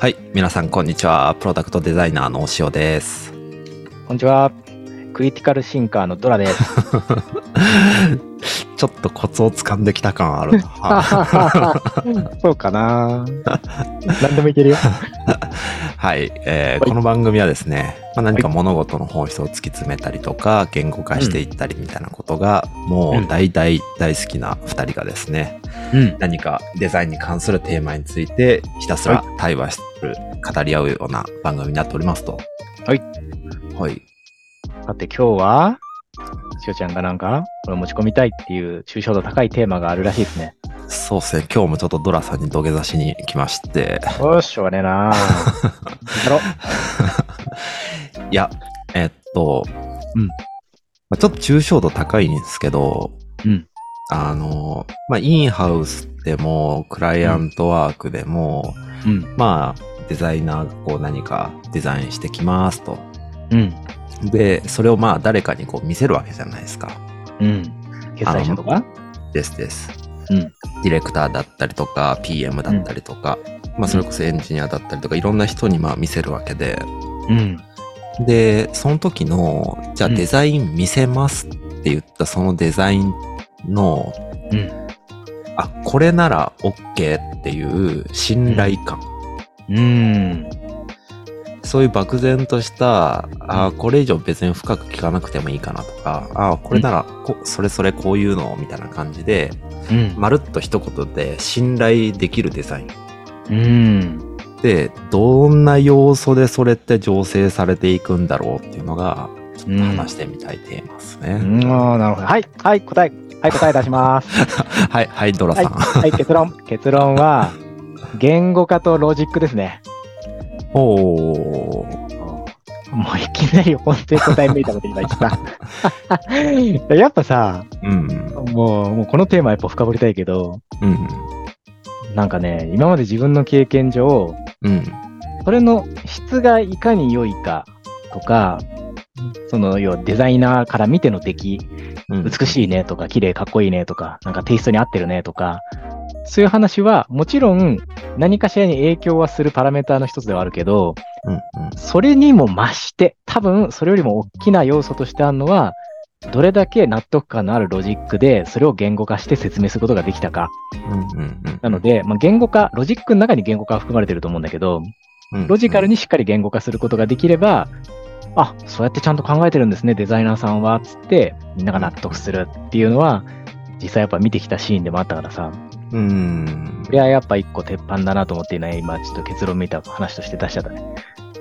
はい、皆さんこんにちは。プロダクトデザイナーのお塩です。 こんにちは。クリティカルシンカーのドラです。 ちょっとコツを掴んできた感あるな。 そうかな。何でもいけるよ。 はい、この番組はですね、何か物事の本質を突き詰めたりとか、言語化していったりみたいなことが、もう大好きな2人がですね、何かデザインに関するテーマについてひたすら対話する、語り合うような番組になっておりますと。 はい。 はい。 さて今日は、しおちゃんがこれ持ち込みたいっていう抽象度高いテーマがあるらしいですね。 そうですね。今日もちょっとドラさんに土下座しに来まして。 しょうがねえなぁ。やろいや、ちょっと抽象度高いんですけど、インハウスでも、クライアントワークでも、デザイナーがこう何かデザインしてきますと。で、それを誰かにこう見せるわけじゃないですか。 決裁者とかです。ディレクターだったりとか、PM だったりとか、それこそエンジニアだったりとか、いろんな人に見せるわけで、で、その時の、じゃあデザイン見せますって言ったそのデザインの、これなら OK っていう信頼感。そういう漠然とした、これ以上別に深く聞かなくてもいいかなとか、これならそれこういうのみたいな感じで、まるっと一言で信頼できるデザイン。で、どんな要素でそれって醸成されていくんだろうっていうのが、ちょっと話してみたいテーマですね。 なるほど。はい、答え出します。 はい、ドラさん。 はい、結論は、言語化とロジックですね。もういきなり本当に答えめいたこと今言った。やっぱさ、もうこのテーマやっぱ深掘りたいけど、今まで自分の経験上、それの質がいかに良いかとか、要はデザイナーから見ての出来、美しいねとか、綺麗かっこいいねとか、テイストに合ってるねとか、そういう話はもちろん何かしらに影響はするパラメーターの一つではあるけど、それにも増して、多分それよりも大きな要素としてあるのは、どれだけ納得感のあるロジックでそれを言語化して説明することができたか。なので、言語化、ロジックの中に言語化が含まれてると思うんだけど、ロジカルにしっかり言語化することができれば、そうやってちゃんと考えてるんですね、デザイナーさんは、つって、みんなが納得するっていうのは、実際やっぱ見てきたシーンでもあったからさ。いや、やっぱ一個鉄板だなと思って今ちょっと結論見た話として出しちゃったね。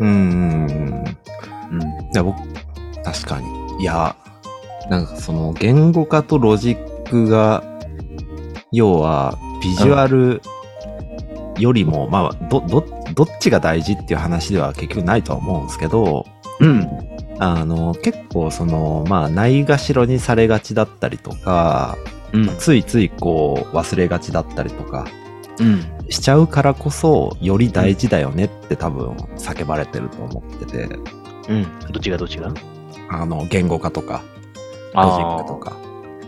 いや、僕、確かに。いや、その言語化とロジックが、要は、ビジュアルよりも、どっちが大事っていう話では結局ないとは思うんですけど、結構ないがしろにされがちだったりとか、ついついこう忘れがちだったりとか、しちゃうからこそより大事だよねって多分叫ばれてると思ってて、 どっちが言語化とかロジックとか、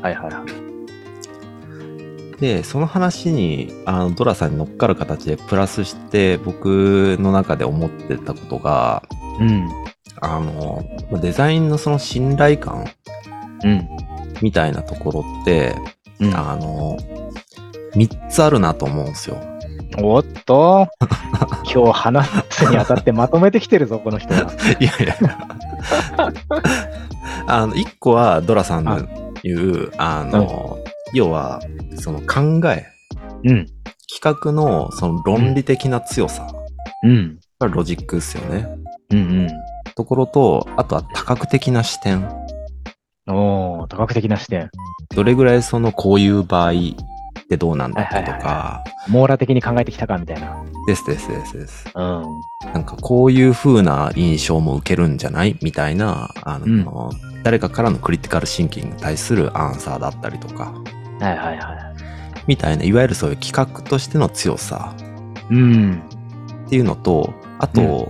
でその話にドラさんに乗っかる形でプラスして僕の中で思ってたことが、デザインのその信頼感、みたいなところって、3つあるなと思うんですよ。 おっと今日話すにあたってまとめてきてるぞ、この人は。 いや1個はドラさんの言う、要は、その考え、企画のその論理的な強さ、がロジックですよね。ところと、あとは多角的な視点。 多角的な視点。 どれぐらいこういう場合ってどうなんだっけとか、 網羅的に考えてきたかみたいな。 です。こういう風な印象も受けるんじゃないみたいな、誰かからのクリティカルシンキングに対するアンサーだったりとか。みたいな、いわゆるそういう企画としての強さ。っていうのと、あと、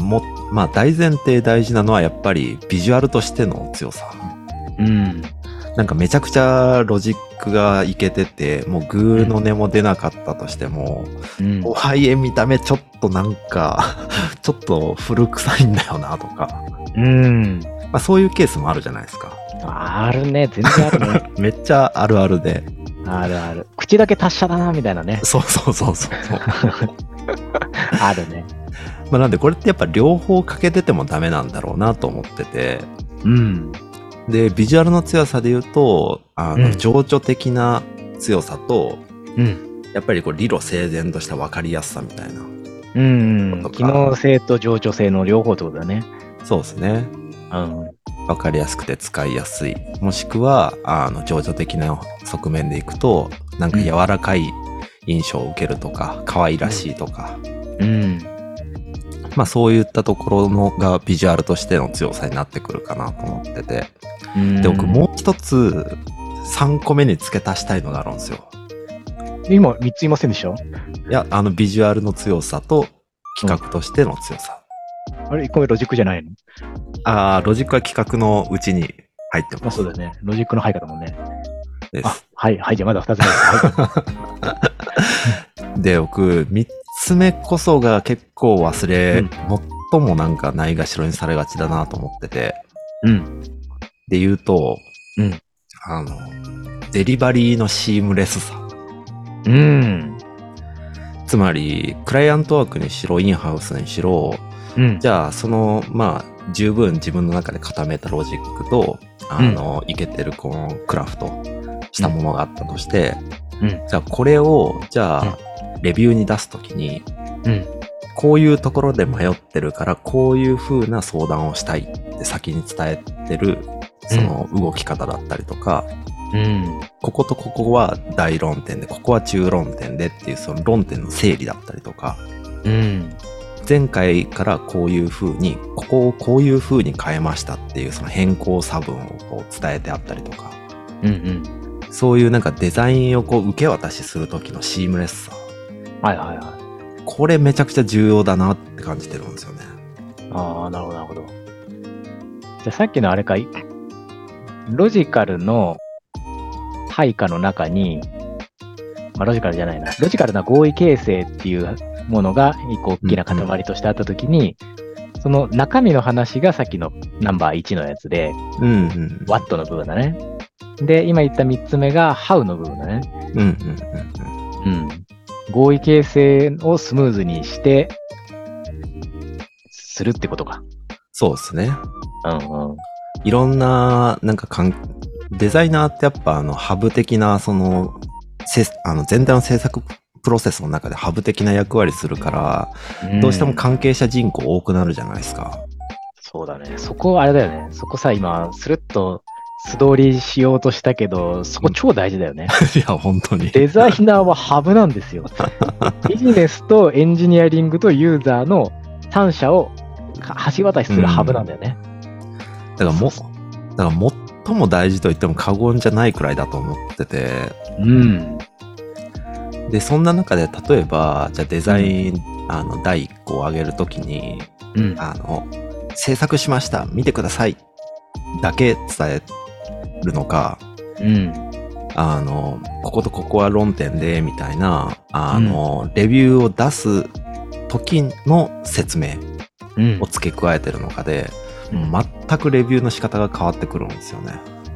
大前提大事なのはやっぱりビジュアルとしての強さ。 なんかめちゃくちゃロジックがいけてて、もうグーの音も出なかったとしても、とはいえ見た目ちょっとなんか、ちょっと古臭いんだよなとか。まあそういうケースもあるじゃないですか。 あるね、全然あるね。 めっちゃあるあるで。 あるある。口だけ達者だな、みたいなね。 そうそうそうそう。 あるね。 まあなんでこれってやっぱ両方欠けててもダメなんだろうなと思ってて。で、ビジュアルの強さで言うと、情緒的な強さと、やっぱりこう理路整然とした分かりやすさみたいな。 機能性と情緒性の両方ってことだね。 そうですね。分かりやすくて使いやすい。もしくは、情緒的な側面でいくと、なんか柔らかい印象を受けるとか、可愛らしいとか。まあそういったところのがビジュアルとしての強さになってくるかなと思ってて。で、僕もう一つ3個目に付け足したいのがあるんですよ。 今3ついませんでした？ いや、ビジュアルの強さと企画としての強さ。 あれ、1個目ロジックじゃないの？ ロジックは企画のうちに入ってます。 そうだね。ロジックの入り方もね。 です。 はい、じゃあまだ2つ目です。で、僕、3つ目こそが結構忘れ、最もなんかないがしろにされがちだなと思ってて。で言うと、デリバリーのシームレスさ。つまり、クライアントワークにしろ、インハウスにしろ、じゃあ、まあ、十分自分の中で固めたロジックと、いけてるこのクラフトしたものがあったとして、じゃあこれを、レビューに出すときに、こういうところで迷ってるから、こういう風な相談をしたいって先に伝えてる、その動き方だったりとか、こことここは大論点で、ここは中論点でっていうその論点の整理だったりとか、前回からこういう風に、ここをこういう風に変えましたっていうその変更差分をこう伝えてあったりとか、そういうなんかデザインをこう受け渡しする時のシームレスさ。これめちゃくちゃ重要だなって感じてるんですよね。 なるほど、なるほど。じゃあさっきのあれかい、ロジカルの配下の中に、ロジカルじゃないな。ロジカルな合意形成っていうものが一個大きな塊としてあったときに、その中身の話がさっきのナンバー1のやつで、What の部分だね。で、今言った3つ目が How の部分だね。合意形成をスムーズにして、するってことか。 そうですね。いろんな、なんかデザイナーってやっぱハブ的な、全体の制作プロセスの中でハブ的な役割するから、どうしても関係者人口多くなるじゃないですか。 そうだね。そこあれだよね。そこさ、今、スルッと素通りしようとしたけど、そこ超大事だよね。 いや、本当に。 デザイナーはハブなんですよ。ビジネスとエンジニアリングとユーザーの3者を橋渡しするハブなんだよね。 だから最も大事と言っても過言じゃないくらいだと思ってて。で、そんな中で、例えば、じゃあデザイン、第1個を上げるときに、制作しました、見てください、だけ伝えるのか、こことここは論点で、みたいな、レビューを出す時の説明を付け加えてるのかで、全くレビューの仕方が変わってくるんですよね。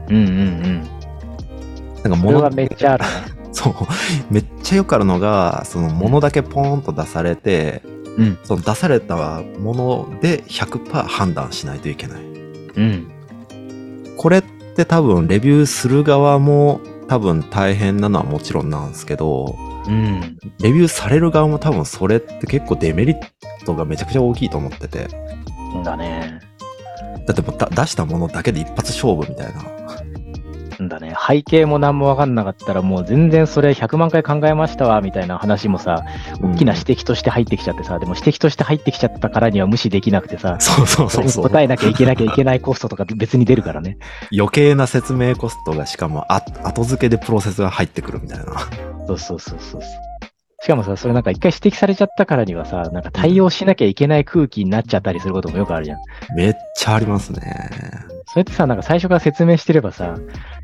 なんか物がめっちゃあるね。 そう。めっちゃよくあるのが、その物だけポーンと出されて、その出されたもので 100% 判断しないといけない。これって多分レビューする側も多分大変なのはもちろんなんですけど、レビューされる側も多分それって結構デメリットがめちゃくちゃ大きいと思ってて。 だね。 だってもう出したものだけで一発勝負みたいな。 だね。背景も何も分かんなかったらもう全然それ100万回考えましたわみたいな話もさ、大きな指摘として入ってきちゃってさ、でも指摘として入ってきちゃったからには無視できなくてさ、 そう答えなきゃいけないコストとか別に出るからね。 余計な説明コストがしかも後付けでプロセスが入ってくるみたいな。 そう。しかもさ、それなんか一回指摘されちゃったからにはさ、なんか対応しなきゃいけない空気になっちゃったりすることもよくあるじゃん。 めっちゃありますね。 それってさ、なんか最初から説明してればさ、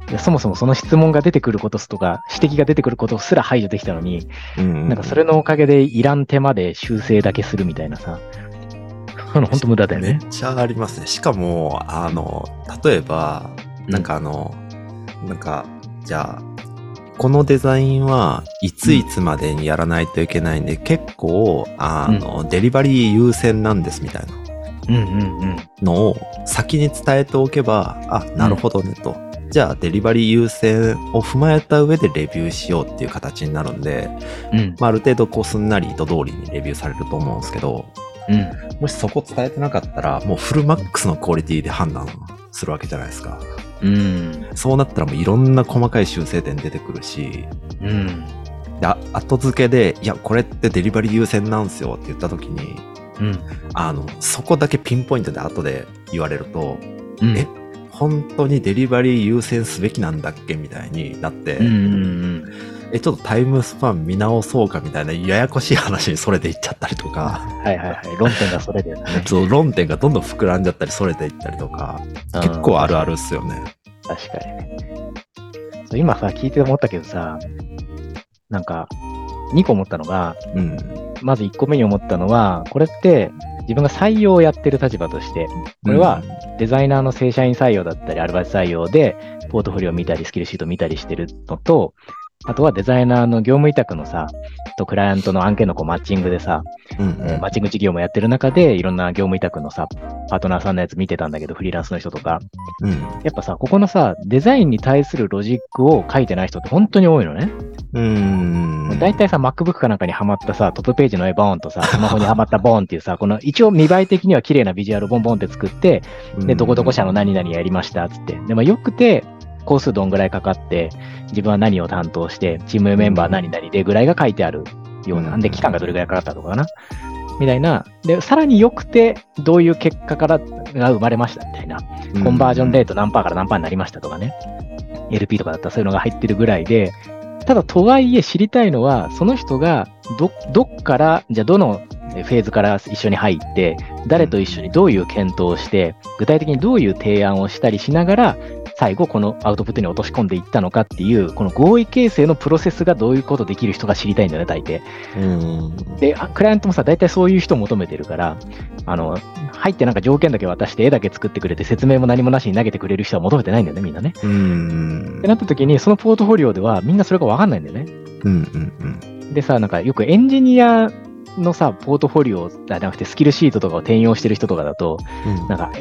そもそもその質問が出てくることとか、指摘が出てくることすら排除できたのに、なんかそれのおかげでいらん手間で修正だけするみたいなさ、本当無駄だよね。 めっちゃありますね。しかも、例えば、なんかじゃあ、このデザインはいついつまでにやらないといけないんで、結構、デリバリー優先なんですみたいなのを先に伝えておけば、なるほどねと。じゃあ、デリバリー優先を踏まえた上でレビューしようっていう形になるんで、ある程度こうすんなり意図通りにレビューされると思うんですけど、もしそこ伝えてなかったら、もうフルマックスのクオリティで判断するわけじゃないですか。そうなったらもういろんな細かい修正点出てくるし、で後付けで、いや、これってデリバリー優先なんすよって言った時に、そこだけピンポイントで後で言われると、本当にデリバリー優先すべきなんだっけみたいになって、ちょっとタイムスパン見直そうかみたいなややこしい話にそれていっちゃったりとか。 論点がそれでね。 そう、論点がどんどん膨らんじゃったりそれていったりとか、結構あるあるっすよね。 確かにね。今さ、聞いて思ったけどさ、なんか、2個思ったのが、まず1個目に思ったのは、これって自分が採用をやってる立場として、これはデザイナーの正社員採用だったり、アルバイト採用で、ポートフォリオを見たり、スキルシートを見たりしてるのと、あとはデザイナーの業務委託のさ、クライアントの案件のマッチングでさ、マッチング事業もやってる中で、いろんな業務委託のさ、パートナーさんのやつ見てたんだけど、フリーランスの人とか。やっぱさ、ここのさ、デザインに対するロジックを書いてない人って本当に多いのね。大体さ、MacBook かなんかにはまったさ、トップページの絵ボーンとさ、スマホにはまったボーンっていうさ、この一応見栄え的には綺麗なビジュアルボンボンって作って、で、どこどこ社の何々やりましたっつって。でもよくて、工数どんぐらいかかって、自分は何を担当して、チームメンバー何々でぐらいが書いてあるような。で、期間がどれぐらいかかったとかな。みたいな。で、さらに良くて、どういう結果からが生まれましたみたいな。コンバージョンレート何パーから何パーになりましたとかね。LP とかだったらそういうのが入ってるぐらいで、ただとはいえ知りたいのは、その人がどっから、じゃあどのフェーズから一緒に入って、誰と一緒にどういう検討をして、具体的にどういう提案をしたりしながら、最後このアウトプットに落とし込んでいったのかっていう、この合意形成のプロセスがどういうことできる人が知りたいんだよね、大抵。で、クライアントもさ、大体そういう人を求めてるから、入ってなんか条件だけ渡して絵だけ作ってくれて説明も何もなしに投げてくれる人は求めてないんだよね、みんなね。ってなった時に、そのポートフォリオではみんなそれがわかんないんだよね。でさ、なんかよくエンジニアのさ、ポートフォリオじゃなくてスキルシートとかを転用してる人とかだと、なんか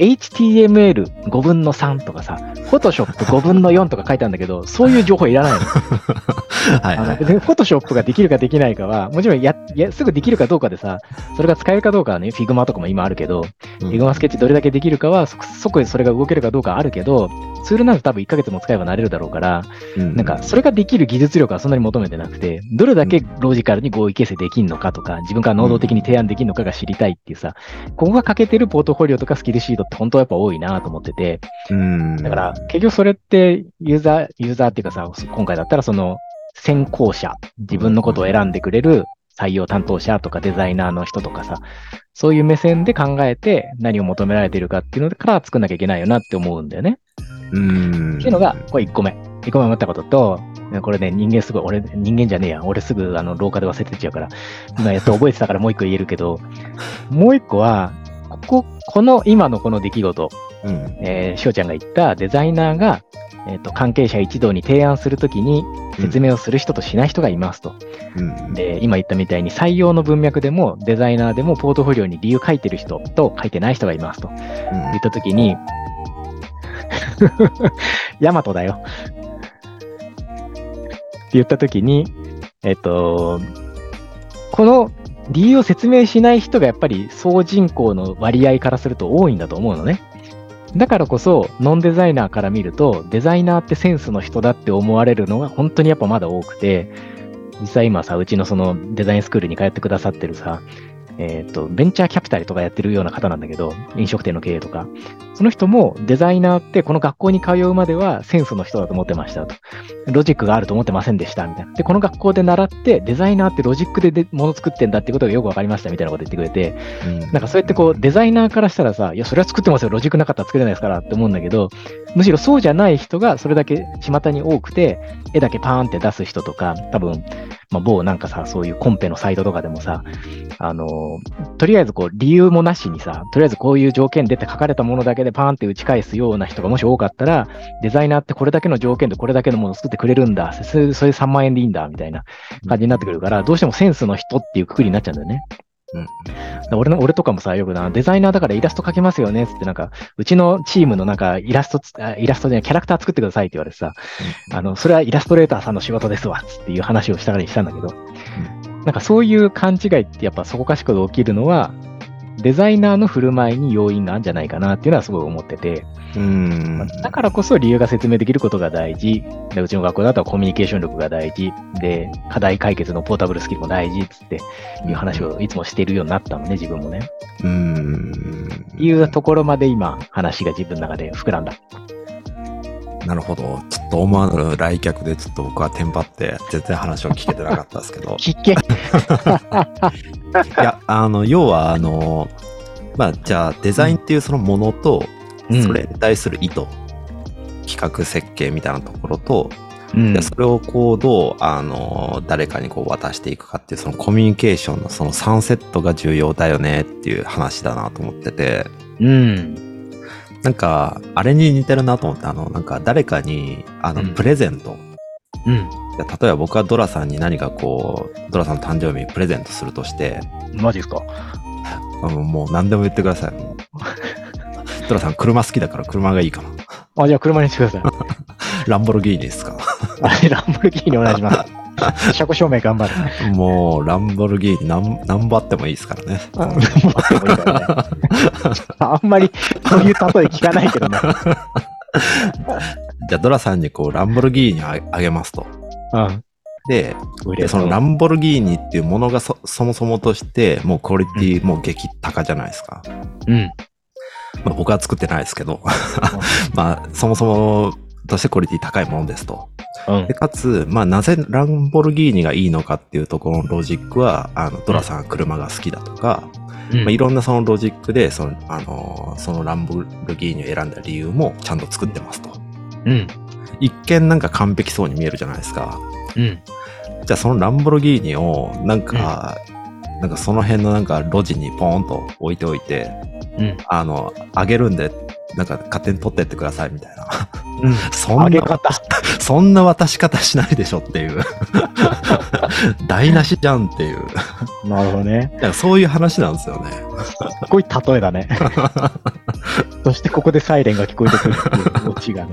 HTML5 分の3とかさ、Photoshop5 分の4とか書いてあるんだけど、そういう情報いらないの。Photoshop ができるかできないかは、もちろんすぐできるかどうかでさ、それが使えるかどうかはね、Figma とかも今あるけど、Figma スケッチどれだけできるかは、即それが動けるかどうかあるけど、ツールなんて多分1ヶ月も使えばなれるだろうから、なんかそれができる技術力はそんなに求めてなくて、どれだけロジカルに合意形成できるのかとか、自分から能動的に提案できるのかが知りたいっていうさ、ここが欠けてるポートフォリオとかスキルシートって本当はやっぱ多いなと思ってて、だから結局それってユーザーっていうかさ、今回だったらその先行者、自分のことを選んでくれる採用担当者とかデザイナーの人とかさ、そういう目線で考えて何を求められているかっていうのから作んなきゃいけないよなって思うんだよね。っていうのが、これ1個目。1個目思ったことと、これね、人間じゃねえや。俺すぐ廊下で忘れてっちゃうから、今やっと覚えてたからもう1個言えるけど、もう1個は、今のこの出来事、しおちゃんが言ったデザイナーが、関係者一同に提案するときに説明をする人としない人がいますと。で、今言ったみたいに採用の文脈でもデザイナーでもポートフォリオに理由書いてる人と書いてない人がいますと。言ったときに、ヤマトだよ。って言ったときに、この理由を説明しない人がやっぱり総人口の割合からすると多いんだと思うのね。だからこそ、ノンデザイナーから見ると、デザイナーってセンスの人だって思われるのが本当にやっぱまだ多くて、実際今さ、うちのそのデザインスクールに通ってくださってるさ、ベンチャーキャピタルとかやってるような方なんだけど、飲食店の経営とか。その人もデザイナーってこの学校に通うまではセンスの人だと思ってましたと。ロジックがあると思ってませんでしたみたいな。で、この学校で習ってデザイナーってロジックで物作ってんだってことがよくわかりましたみたいなこと言ってくれて、なんかそうやってこうデザイナーからしたらさ、いや、それは作ってますよ。ロジックなかったら作れないですからって思うんだけど、 むしろそうじゃない人がそれだけ巷に多くて、絵だけパーンって出す人とか、多分、某なんかさ、そういうコンペのサイトとかでもさ、とりあえずこう理由もなしにさ、とりあえずこういう条件でって書かれたものだけでパーンって打ち返すような人がもし多かったら、デザイナーってこれだけの条件でこれだけのものを作ってくれるんだ、それ3万円でいいんだ、みたいな感じになってくるから、どうしてもセンスの人っていうくくりになっちゃうんだよね。俺とかもさ、よくデザイナーだからイラスト描けますよねつってうちのチームのイラストじゃない、キャラクター作ってくださいって言われてさ、それはイラストレーターさんの仕事ですわっていう話をしたりしたんだけど、そういう勘違いってやっぱそこかしこで起きるのは、デザイナーの振る舞いに要因があるんじゃないかなっていうのはすごい思ってて、だからこそ理由が説明できることが大事で、うちの学校だとコミュニケーション力が大事で、課題解決のポータブルスキルも大事っつっていう話をいつもしているようになったのね、自分もね。いうところまで今話が自分の中で膨らんだ。 なるほど。ちょっと思わぬ来客でちょっと僕はテンパって全然話を聞けてなかったですけど。 聞けいや、要はじゃあデザインっていうそのものと、それに対する意図、企画設計みたいなところと、それをこうどう誰かにこう渡していくかっていうそのコミュニケーションのその3セットが重要だよねっていう話だなと思ってて、なんかあれに似てるなと思って、なんか誰かにプレゼント、例えば僕はドラさんに何かこうドラさんの誕生日にプレゼントするとして、 マジですか？ もう何でも言ってください。ドラさん車好きだから車がいいかな。じゃあ車にしてください。ランボルギーニですか？ ランボルギーニお願いします。車庫証明頑張る。 もうランボルギーニ何ぼあってもいいですからね。 何ぼあってもいいからね。あんまりそういう例え聞かないけどね。 じゃあドラさんにこうランボルギーニあげますと。で、そのランボルギーニっていうものがそもそもとしてもうクオリティもう激高じゃないですか。僕は作ってないですけど、そもそもとしてクオリティ高いものですと。でかつ、なぜランボルギーニがいいのかっていうところのロジックは、ドラさんが車が好きだとか、いろんなそのロジックで、そのランボルギーニを選んだ理由もちゃんと作ってますと。一見なんか完璧そうに見えるじゃないですか。じゃあそのランボルギーニをなんかその辺のなんか路地にポーンと置いておいて、あげるんで、なんか勝手に取ってってくださいみたいな。そんな渡し方しないでしょっていう。台無しじゃんっていう。 なるほどね。 そういう話なんですよね。 すっごい例えだね。そしてここでサイレンが聞こえてくるっていうオチがね。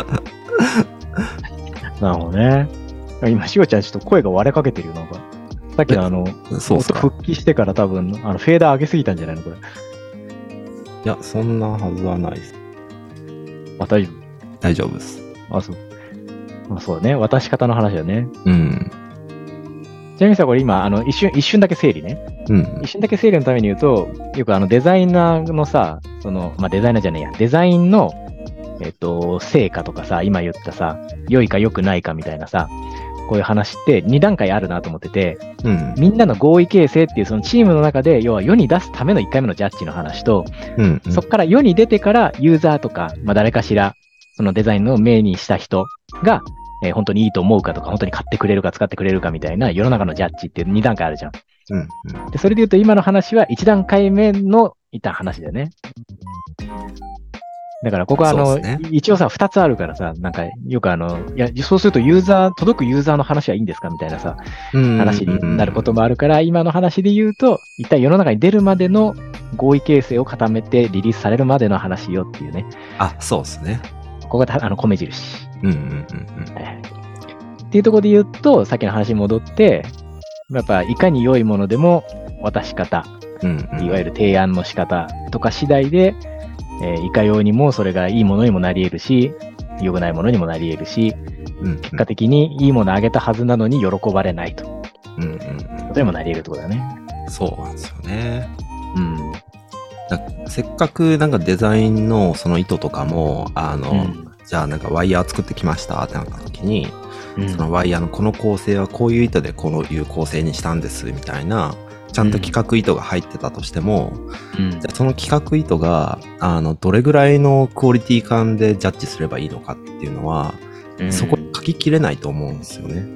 なるほどね。今、しおちゃんちょっと声が割れかけてるよ、なんか。さっきのそう音復帰してから多分、フェーダー上げすぎたんじゃないのこれ。 いや、そんなはずはないです。 大丈夫？ 大丈夫です。 そう。そうね。渡し方の話だね。ちなみにさ、これ今、一瞬だけ整理ね。一瞬だけ整理のために言うと、よくデザイナーのさ、デザイナーじゃねえや、デザインの、成果とかさ、今言ったさ、良いか良くないかみたいなさ、こういう話って2段階あるなと思ってて、みんなの合意形成っていうそのチームの中で、要は世に出すための1回目のジャッジの話と、そこから世に出てからユーザーとか、誰かしら、そのデザインの目にした人が、本当にいいと思うかとか、本当に買ってくれるか使ってくれるかみたいな世の中のジャッジっていう2段階あるじゃん。でそれで言うと今の話は1段階目の一旦話だよね。だからここは一応さ、2つあるからさ、なんかよくそうすると届くユーザーの話はいいんですかみたいなさ、話になることもあるから、今の話で言うと、一体世の中に出るまでの合意形成を固めてリリースされるまでの話よっていうね。 そうですね。 ここが米印。っていうところで言うと、さっきの話に戻って、やっぱいかに良いものでも渡し方、いわゆる提案の仕方とか次第で、いかようにもそれがいいものにもなり得るし、良くないものにもなり得るし、結果的にいいものあげたはずなのに喜ばれないと。ことにもなり得るってことだね。 そうなんですよね。せっかくなんかデザインのその意図とかも、じゃあなんかワイヤー作ってきましたってなった時に、そのワイヤーのこの構成はこういう意図でこういう構成にしたんですみたいなちゃんと企画意図が入ってたとしても、じゃあその企画意図が、どれぐらいのクオリティ感でジャッジすればいいのかっていうのは、そこ書ききれないと思うんですよね。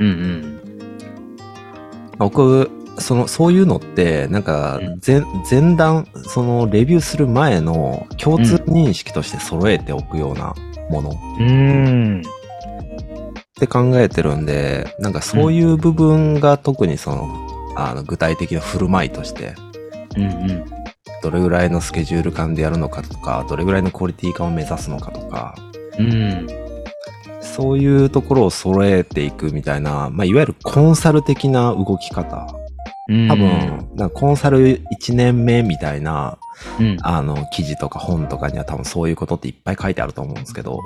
僕、そういうのって、なんか、前段、レビューする前の共通認識として揃えておくようなもの。って考えてるんで、なんかそういう部分が特に具体的な振る舞いとして、どれぐらいのスケジュール感でやるのかとか、どれぐらいのクオリティ感を目指すのかとか、そういうところを揃えていくみたいな、まあ、いわゆるコンサル的な動き方。多分、なんかコンサル1年目みたいな、記事とか本とかには多分そういうことっていっぱい書いてあると思うんですけど、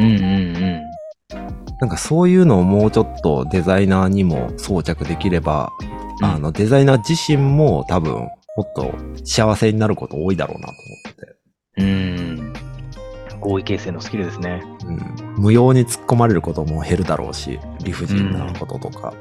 なんかそういうのをもうちょっとデザイナーにも装着できれば、デザイナー自身も多分もっと幸せになること多いだろうなと思ってて。 合意形成のスキルですね。 無用に突っ込まれることも減るだろうし、理不尽なこととか。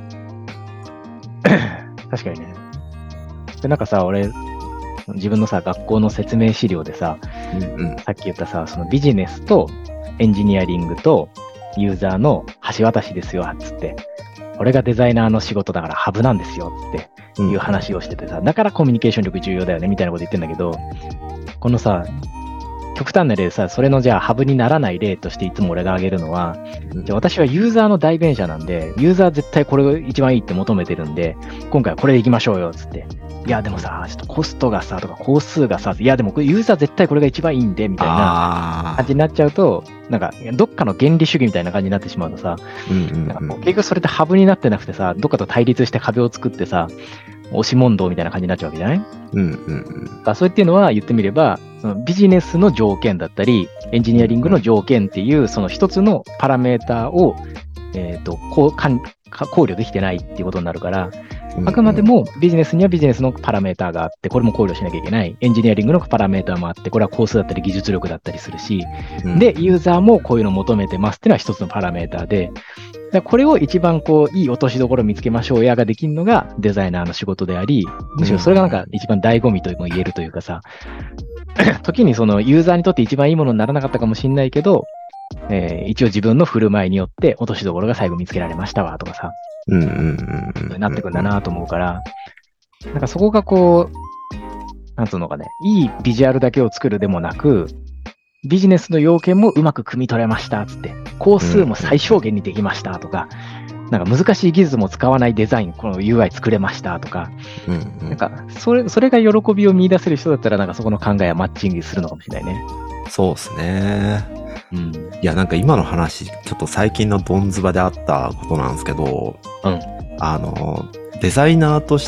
確かにね。で、なんかさ、俺、自分のさ、学校の説明資料でさ、さっき言ったさ、そのビジネスとエンジニアリングとユーザーの橋渡しですよ、つって。これがデザイナーの仕事だからハブなんですよ、つっていう話をしててさ、だからコミュニケーション力重要だよね、みたいなこと言ってんだけど、このさ、極端な例でさ、それのじゃあハブにならない例としていつも俺が挙げるのは、じゃあ私はユーザーの代弁者なんで、ユーザー絶対これが一番いいって求めてるんで、今回はこれでいきましょうよ、つって。いや、でもさ、ちょっとコストがさ、とか工数がさ、いや、でもユーザー絶対これが一番いいんで、みたいな感じになっちゃうと、なんか、どっかの原理主義みたいな感じになってしまうとさ、結局それってハブになってなくてさ、どっかと対立して壁を作ってさ、押し問答みたいな感じになっちゃうわけじゃない？そうっていうのは言ってみれば、そのビジネスの条件だったり、エンジニアリングの条件っていう、その一つのパラメーターを、考慮できてないっていうことになるから、あくまでもビジネスにはビジネスのパラメーターがあって、これも考慮しなきゃいけない。エンジニアリングのパラメーターもあって、これは工数だったり技術力だったりするし、で、ユーザーもこういうのを求めてますっていうのは一つのパラメーターで、これを一番いい落としどころを見つけましょうやができるのがデザイナーの仕事であり、むしろそれがなんか一番醍醐味とも言えるというかさ、時にそのユーザーにとって一番いいものにならなかったかもしれないけど、一応自分の振る舞いによって落としどころが最後見つけられましたわとかさ、なってくんだなと思うから、なんかそこがなんつうのかね、いいビジュアルだけを作るでもなく、ビジネスの要件もうまく汲み取れましたつって、工数も最小限にできましたとか、なんか難しい技術も使わないデザイン、この UI 作れましたとか、なんかそれが喜びを見出せる人だったら、なんかそこの考えはマッチングするのかもしれないね。 そうですね。いや、なんか今の話、ちょっと最近のドンズバであったことなんですけど、デザイナーとして、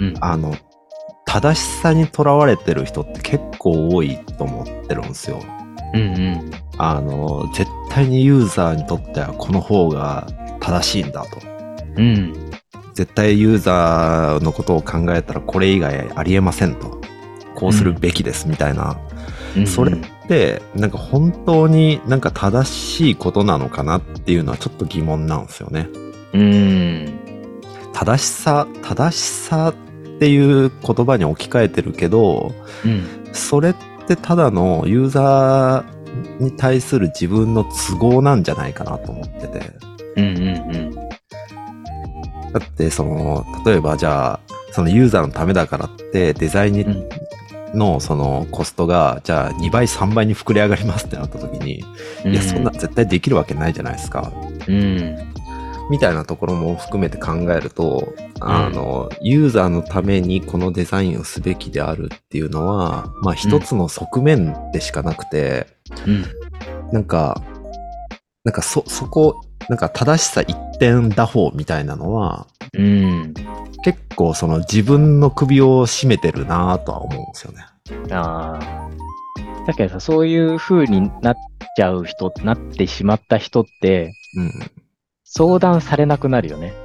正しさにとらわれてる人って結構多いと思ってるんですよ。絶対にユーザーにとってはこの方が正しいんだと。絶対ユーザーのことを考えたらこれ以外ありえませんと。こうするべきですみたいな。それってなんか本当になんか正しいことなのかなっていうのはちょっと疑問なんですよね。正しさっていう言葉に置き換えてるけど、それってただのユーザーに対する自分の都合なんじゃないかなと思ってて。だって例えばじゃあそのユーザーのためだからってデザインのそのコストがじゃあ2倍3倍に膨れ上がりますってなった時に、いやそんな絶対できるわけないじゃないですか。みたいなところも含めて考えると、ユーザーのためにこのデザインをすべきであるっていうのは、まあ一つの側面でしかなくて、なんかそこ、なんか正しさ一点打法みたいなのは、結構自分の首を絞めてるなぁとは思うんですよね。 確かにさ、そういう風になってしまった人って、相談されなくなるよね。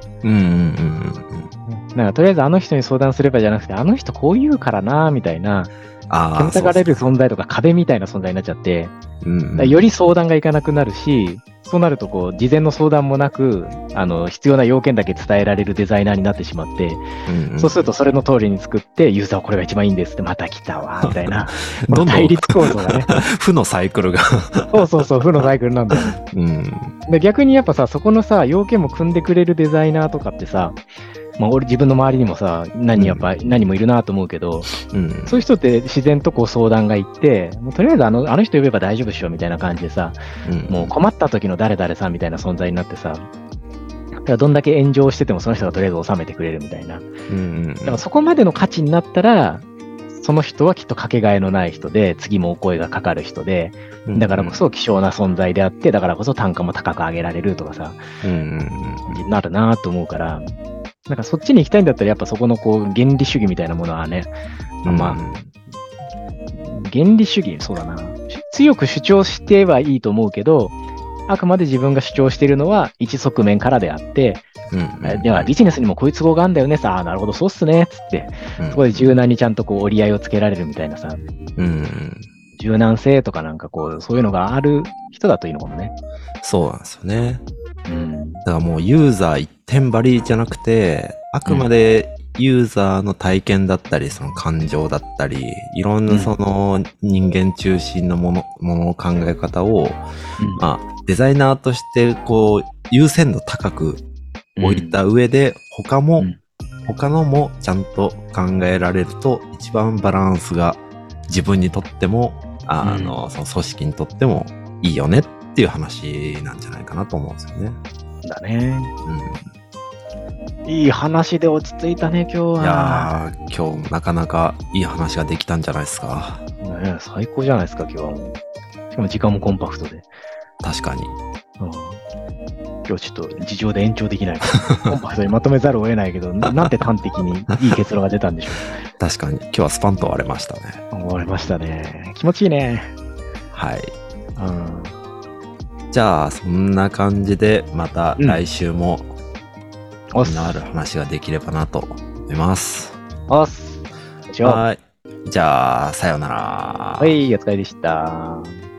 なんかとりあえずあの人に相談すればじゃなくて、あの人こう言うからなみたいな、煙たがれる存在とか壁みたいな存在になっちゃって、より相談がいかなくなるし、 そうなると、こう、事前の相談もなく、必要な要件だけ伝えられるデザイナーになってしまって、そうするとそれの通りに作って、ユーザーはこれが一番いいんですって、また来たわ、みたいな。どんどん対立構造がね。 負のサイクルがそう、負のサイクルなんだよね。で、逆にやっぱさ、そこのさ、要件も組んでくれるデザイナーとかってさ、俺自分の周りにもさ、何もいるなと思うけど、そういう人って自然とこう相談が行って、もうとりあえずあの人呼べば大丈夫っしょみたいな感じでさ、もう困った時の誰々さんみたいな存在になってさ、だからどんだけ炎上しててもその人がとりあえず収めてくれるみたいな。だからそこまでの価値になったら、その人はきっとかけがえのない人で、次もお声がかかる人で、だからこそ希少な存在であって、だからこそ単価も高く上げられるとかさ、なるなと思うから、なんかそっちに行きたいんだったらやっぱそこのこう原理主義みたいなものはね、原理主義、そうだな。強く主張してはいいと思うけど、あくまで自分が主張しているのは一側面からであって、ではビジネスにもこういう都合があるんだよねさ、なるほど、そうっすね、つって、そこで柔軟にちゃんとこう折り合いをつけられるみたいなさ、柔軟性とかなんかこう、そういうのがある人だといいのかもね。 そうなんですよね。だからもうユーザー一点張りじゃなくて、あくまでユーザーの体験だったり、その感情だったり、いろんなその人間中心のもの考え方を、まあデザイナーとしてこう優先度高く置いた上で、他のもちゃんと考えられると一番バランスが自分にとっても、その組織にとってもいいよねっていう話なんじゃないかなと思うんですよね。 だね。いい話で落ち着いたね、今日は。 いやー、今日なかなかいい話ができたんじゃないですか。 ね、最高じゃないですか、今日はもう。しかも時間もコンパクトで。 確かに。 今日ちょっと事情で延長できないから、コンパクトにまとめざるを得ないけど、なんて端的にいい結論が出たんでしょう。 確かに。今日はスパンと割れましたね。 割れましたね。気持ちいいね。 はい。じゃあ、そんな感じで、また来週も、のある話ができればなと思います。 はい。 じゃあ、さようなら。 はい、お疲れでした。